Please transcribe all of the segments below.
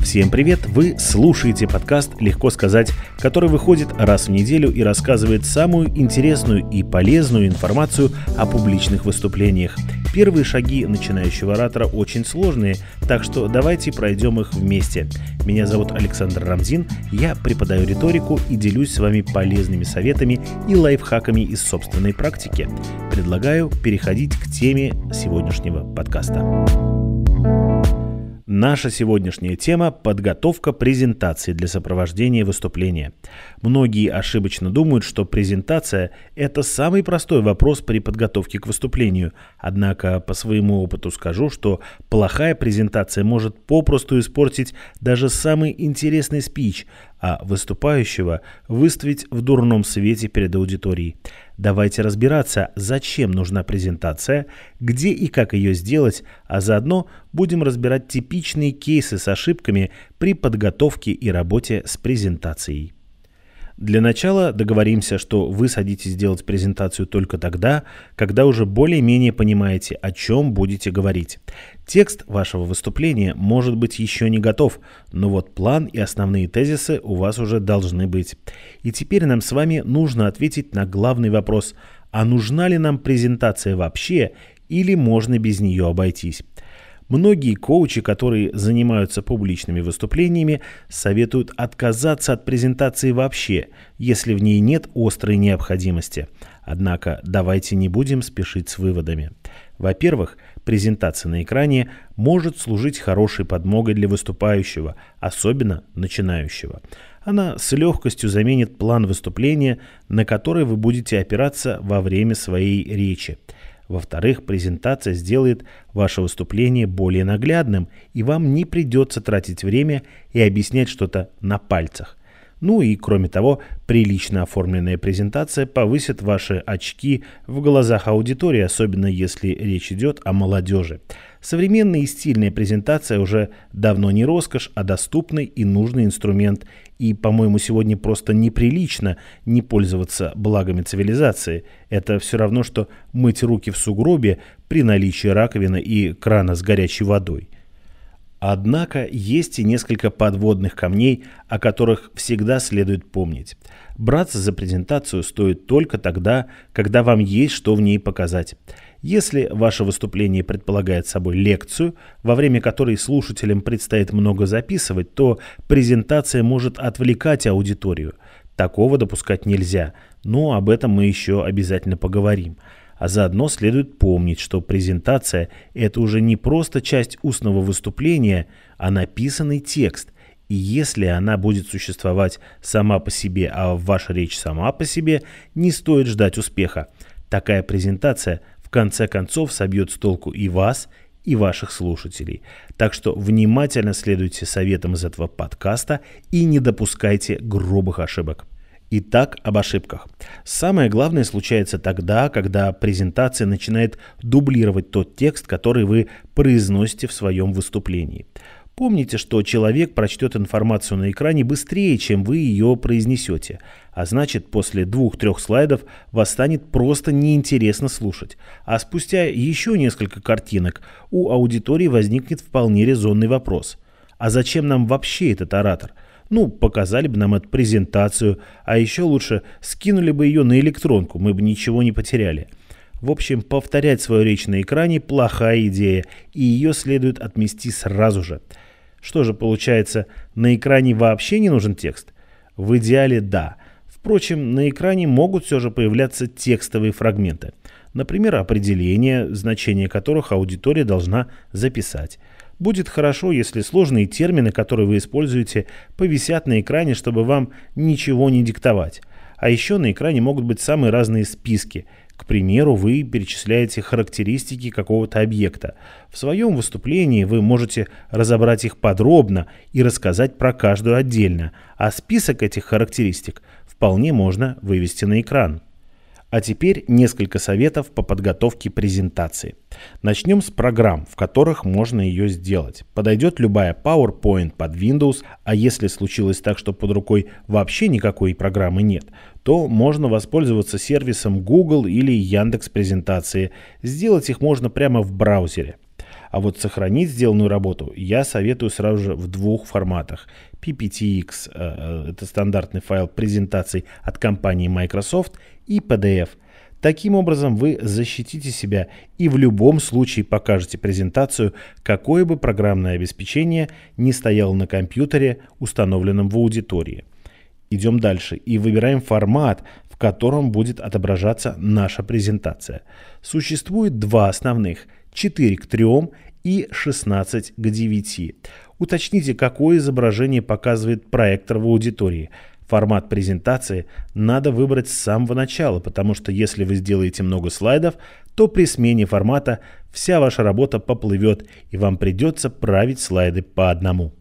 Всем привет! Вы слушаете подкаст «Легко сказать», который выходит раз в неделю и рассказывает самую интересную и полезную информацию о публичных выступлениях. Первые шаги начинающего оратора очень сложные, так что давайте пройдем их вместе. Меня зовут Александр Рамзин, я преподаю риторику и делюсь с вами полезными советами и лайфхаками из собственной практики. Предлагаю переходить к теме сегодняшнего подкаста. Наша сегодняшняя тема – подготовка презентации для сопровождения выступления. Многие ошибочно думают, что презентация – это самый простой вопрос при подготовке к выступлению. Однако по своему опыту скажу, что плохая презентация может попросту испортить даже самый интересный спич, а выступающего выставить в дурном свете перед аудиторией. Давайте разбираться, зачем нужна презентация, где и как ее сделать, а заодно будем разбирать типичные кейсы с ошибками при подготовке и работе с презентацией. Для начала договоримся, что вы садитесь делать презентацию только тогда, когда уже более-менее понимаете, о чем будете говорить. Текст вашего выступления может быть еще не готов, но вот план и основные тезисы у вас уже должны быть. И теперь нам с вами нужно ответить на главный вопрос: а нужна ли нам презентация вообще или можно без нее обойтись? Многие коучи, которые занимаются публичными выступлениями, советуют отказаться от презентации вообще, если в ней нет острой необходимости. Однако давайте не будем спешить с выводами. Во-первых, презентация на экране может служить хорошей подмогой для выступающего, особенно начинающего. Она с легкостью заменит план выступления, на который вы будете опираться во время своей речи. Во-вторых, презентация сделает ваше выступление более наглядным, и вам не придется тратить время и объяснять что-то на пальцах. Ну и кроме того, прилично оформленная презентация повысит ваши очки в глазах аудитории, особенно если речь идет о молодежи. Современная и стильная презентация уже давно не роскошь, а доступный и нужный инструмент. И, по-моему, сегодня просто неприлично не пользоваться благами цивилизации. Это все равно, что мыть руки в сугробе при наличии раковины и крана с горячей водой. Однако есть и несколько подводных камней, о которых всегда следует помнить. Браться за презентацию стоит только тогда, когда вам есть что в ней показать. Если ваше выступление предполагает собой лекцию, во время которой слушателям предстоит много записывать, то презентация может отвлекать аудиторию. Такого допускать нельзя, но об этом мы еще обязательно поговорим. А заодно следует помнить, что презентация – это уже не просто часть устного выступления, а написанный текст. И если она будет существовать сама по себе, а ваша речь сама по себе, не стоит ждать успеха. Такая презентация в конце концов собьет с толку и вас, и ваших слушателей. Так что внимательно следуйте советам из этого подкаста и не допускайте грубых ошибок. Итак, об ошибках. Самое главное случается тогда, когда презентация начинает дублировать тот текст, который вы произносите в своем выступлении. Помните, что человек прочтет информацию на экране быстрее, чем вы ее произнесете. А значит, после 2-3 слайдов вас станет просто неинтересно слушать. А спустя еще несколько картинок у аудитории возникнет вполне резонный вопрос: а зачем нам вообще этот оратор? Показали бы нам эту презентацию, а еще лучше скинули бы ее на электронку, мы бы ничего не потеряли. В общем, повторять свою речь на экране – плохая идея, и ее следует отмести сразу же. Что же получается, на экране вообще не нужен текст? В идеале да. Впрочем, на экране могут все же появляться текстовые фрагменты. Например, определения, значения которых аудитория должна записать. Будет хорошо, если сложные термины, которые вы используете, повисят на экране, чтобы вам ничего не диктовать. А еще на экране могут быть самые разные списки. К примеру, вы перечисляете характеристики какого-то объекта. В своем выступлении вы можете разобрать их подробно и рассказать про каждую отдельно, а список этих характеристик вполне можно вывести на экран. А теперь несколько советов по подготовке презентации. Начнем с программ, в которых можно ее сделать. Подойдет любая PowerPoint под Windows, а если случилось так, что под рукой вообще никакой программы нет, то можно воспользоваться сервисом Google или Яндекс.Презентации. Сделать их можно прямо в браузере. А вот сохранить сделанную работу я советую сразу же в двух форматах. PPTX это стандартный файл презентаций от компании Microsoft, и PDF. Таким образом вы защитите себя и в любом случае покажете презентацию, какое бы программное обеспечение ни стояло на компьютере, установленном в аудитории. Идем дальше и выбираем формат, в котором будет отображаться наша презентация. Существует два основных: 4:3 и 16:9. Уточните, какое изображение показывает проектор в аудитории. Формат презентации надо выбрать с самого начала, потому что если вы сделаете много слайдов, то при смене формата вся ваша работа поплывет, и вам придется править слайды по одному.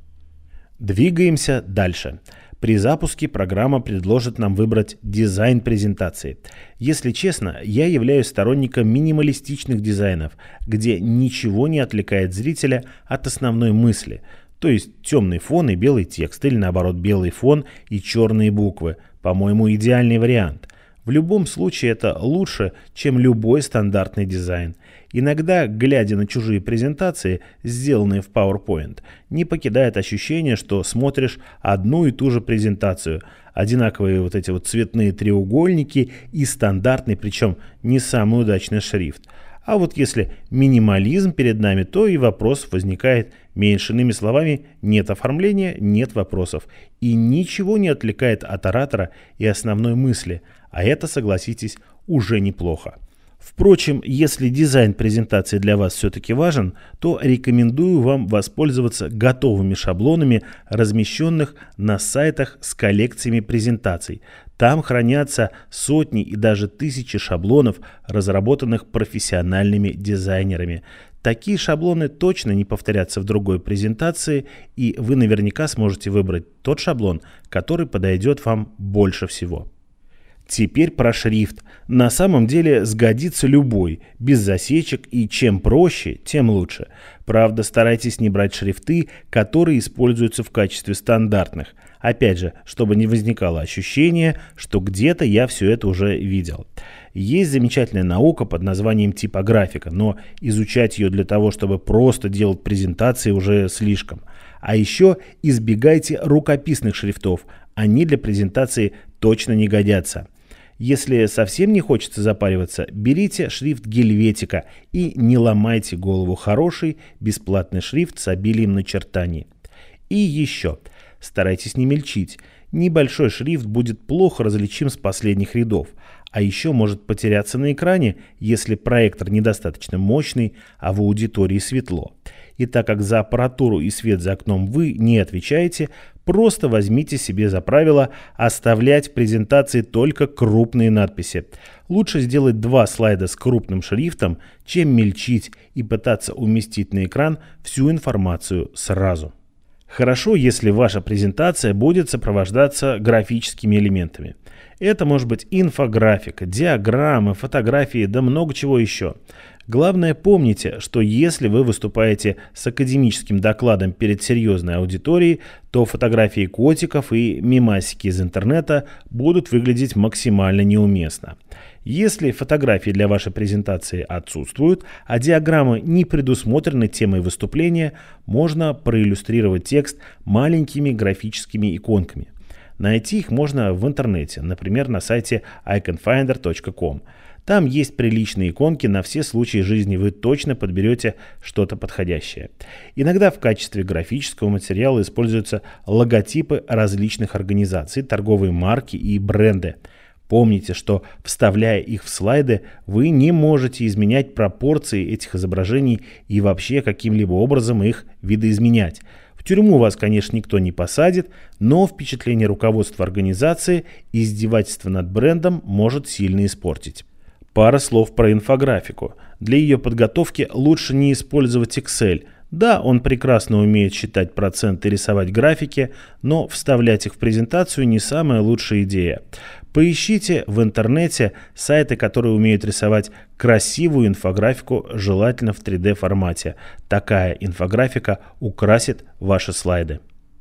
Двигаемся дальше. При запуске программа предложит нам выбрать дизайн презентации. Если честно, я являюсь сторонником минималистичных дизайнов, где ничего не отвлекает зрителя от основной мысли. То есть темный фон и белый текст, или наоборот белый фон и черные буквы. По-моему, идеальный вариант. В любом случае это лучше, чем любой стандартный дизайн. Иногда, глядя на чужие презентации, сделанные в PowerPoint, не покидает ощущение, что смотришь одну и ту же презентацию. Одинаковые вот эти вот цветные треугольники и стандартный, причем не самый удачный шрифт. А вот если минимализм перед нами, то и вопросов возникает меньше. Иными словами, нет оформления, нет вопросов. И ничего не отвлекает от оратора и основной мысли. А это, согласитесь, уже неплохо. Впрочем, если дизайн презентации для вас все-таки важен, то рекомендую вам воспользоваться готовыми шаблонами, размещенных на сайтах с коллекциями презентаций. Там хранятся сотни и даже тысячи шаблонов, разработанных профессиональными дизайнерами. Такие шаблоны точно не повторятся в другой презентации, и вы наверняка сможете выбрать тот шаблон, который подойдет вам больше всего. Теперь про шрифт. На самом деле сгодится любой, без засечек, и чем проще, тем лучше. Правда, старайтесь не брать шрифты, которые используются в качестве стандартных. Опять же, чтобы не возникало ощущения, что где-то я все это уже видел. Есть замечательная наука под названием типографика, но изучать ее для того, чтобы просто делать презентации, уже слишком. А еще избегайте рукописных шрифтов, они для презентации точно не годятся. Если совсем не хочется запариваться, берите шрифт Гельветика и не ломайте голову. Хороший бесплатный шрифт с обилием начертаний. И еще, старайтесь не мельчить. Небольшой шрифт будет плохо различим с последних рядов, а еще может потеряться на экране, если проектор недостаточно мощный, а в аудитории светло. И так как за аппаратуру и свет за окном вы не отвечаете, просто возьмите себе за правило оставлять в презентации только крупные надписи. Лучше сделать 2 слайда с крупным шрифтом, чем мельчить и пытаться уместить на экран всю информацию сразу. Хорошо, если ваша презентация будет сопровождаться графическими элементами. Это может быть инфографика, диаграммы, фотографии, да много чего еще. Главное, помните, что если вы выступаете с академическим докладом перед серьезной аудиторией, то фотографии котиков и мемасики из интернета будут выглядеть максимально неуместно. Если фотографии для вашей презентации отсутствуют, а диаграммы не предусмотрены темой выступления, можно проиллюстрировать текст маленькими графическими иконками. Найти их можно в интернете, например, на сайте iconfinder.com. Там есть приличные иконки, на все случаи жизни вы точно подберете что-то подходящее. Иногда в качестве графического материала используются логотипы различных организаций, торговые марки и бренды. Помните, что вставляя их в слайды, вы не можете изменять пропорции этих изображений и вообще каким-либо образом их видоизменять. В тюрьму вас, конечно, никто не посадит, но впечатление руководства организации и издевательство над брендом может сильно испортить. Пара слов про инфографику. Для ее подготовки лучше не использовать Excel. Да, он прекрасно умеет считать проценты и рисовать графики, но вставлять их в презентацию не самая лучшая идея. Поищите в интернете сайты, которые умеют рисовать красивую инфографику, желательно в 3D формате. Такая инфографика украсит ваши слайды.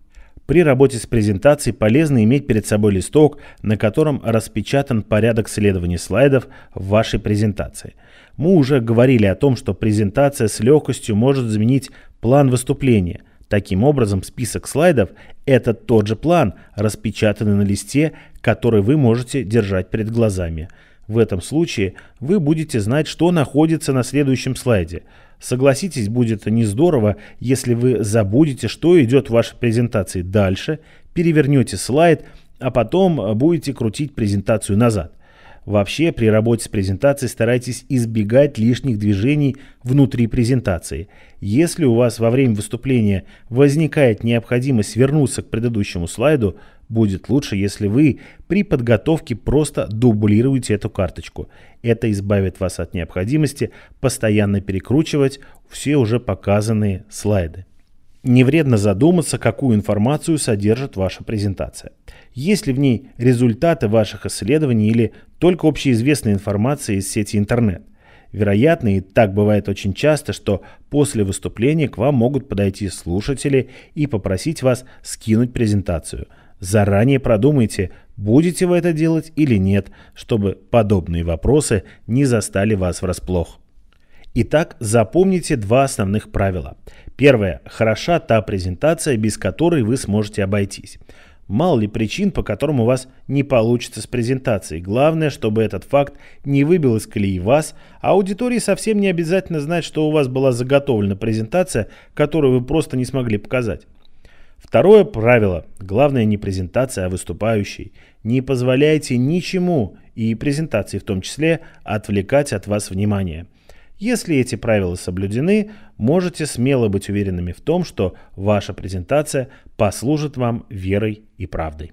При работе с презентацией полезно иметь перед собой листок, на котором распечатан порядок следования слайдов в вашей презентации. Мы уже говорили о том, что презентация с легкостью может заменить план выступления. Таким образом, список слайдов – это тот же план, распечатанный на листе, который вы можете держать перед глазами. В этом случае вы будете знать, что находится на следующем слайде. Согласитесь, будет не здорово, если вы забудете, что идет в вашей презентации дальше, перевернете слайд, а потом будете крутить презентацию назад. Вообще, при работе с презентацией старайтесь избегать лишних движений внутри презентации. Если у вас во время выступления возникает необходимость вернуться к предыдущему слайду, будет лучше, если вы при подготовке просто дублируете эту карточку. Это избавит вас от необходимости постоянно перекручивать все уже показанные слайды. Не вредно задуматься, какую информацию содержит ваша презентация. Есть ли в ней результаты ваших исследований или только общеизвестная информация из сети интернет? Вероятно, и так бывает очень часто, что после выступления к вам могут подойти слушатели и попросить вас скинуть презентацию. Заранее продумайте, будете вы это делать или нет, чтобы подобные вопросы не застали вас врасплох. Итак, запомните два основных правила. Первое. Хороша та презентация, без которой вы сможете обойтись. Мало ли причин, по которым у вас не получится с презентацией. Главное, чтобы этот факт не выбил из колеи вас, а аудитории совсем не обязательно знать, что у вас была заготовлена презентация, которую вы просто не смогли показать. Второе правило. Главное не презентация, а выступающий. Не позволяйте ничему, и презентации в том числе, отвлекать от вас внимание. Если эти правила соблюдены, можете смело быть уверенными в том, что ваша презентация послужит вам верой и правдой.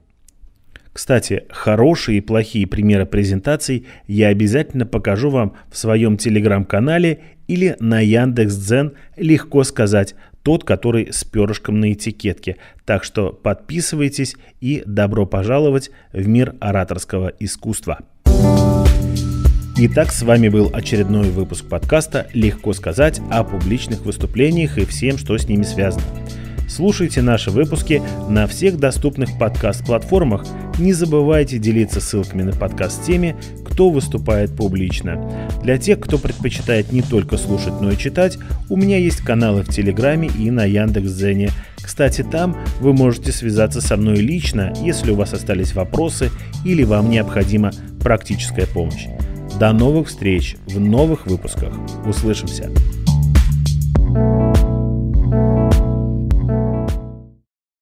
Кстати, хорошие и плохие примеры презентаций я обязательно покажу вам в своем телеграм-канале или на Яндекс.Дзен, легко сказать, тот, который с перышком на этикетке. Так что подписывайтесь и добро пожаловать в мир ораторского искусства. Итак, с вами был очередной выпуск подкаста «Легко сказать» о публичных выступлениях и всем, что с ними связано. Слушайте наши выпуски на всех доступных подкаст-платформах. Не забывайте делиться ссылками на подкаст с теми, кто выступает публично. Для тех, кто предпочитает не только слушать, но и читать, у меня есть каналы в Телеграме и на Яндекс.Дзене. Кстати, там вы можете связаться со мной лично, если у вас остались вопросы или вам необходима практическая помощь. До новых встреч в новых выпусках. Услышимся!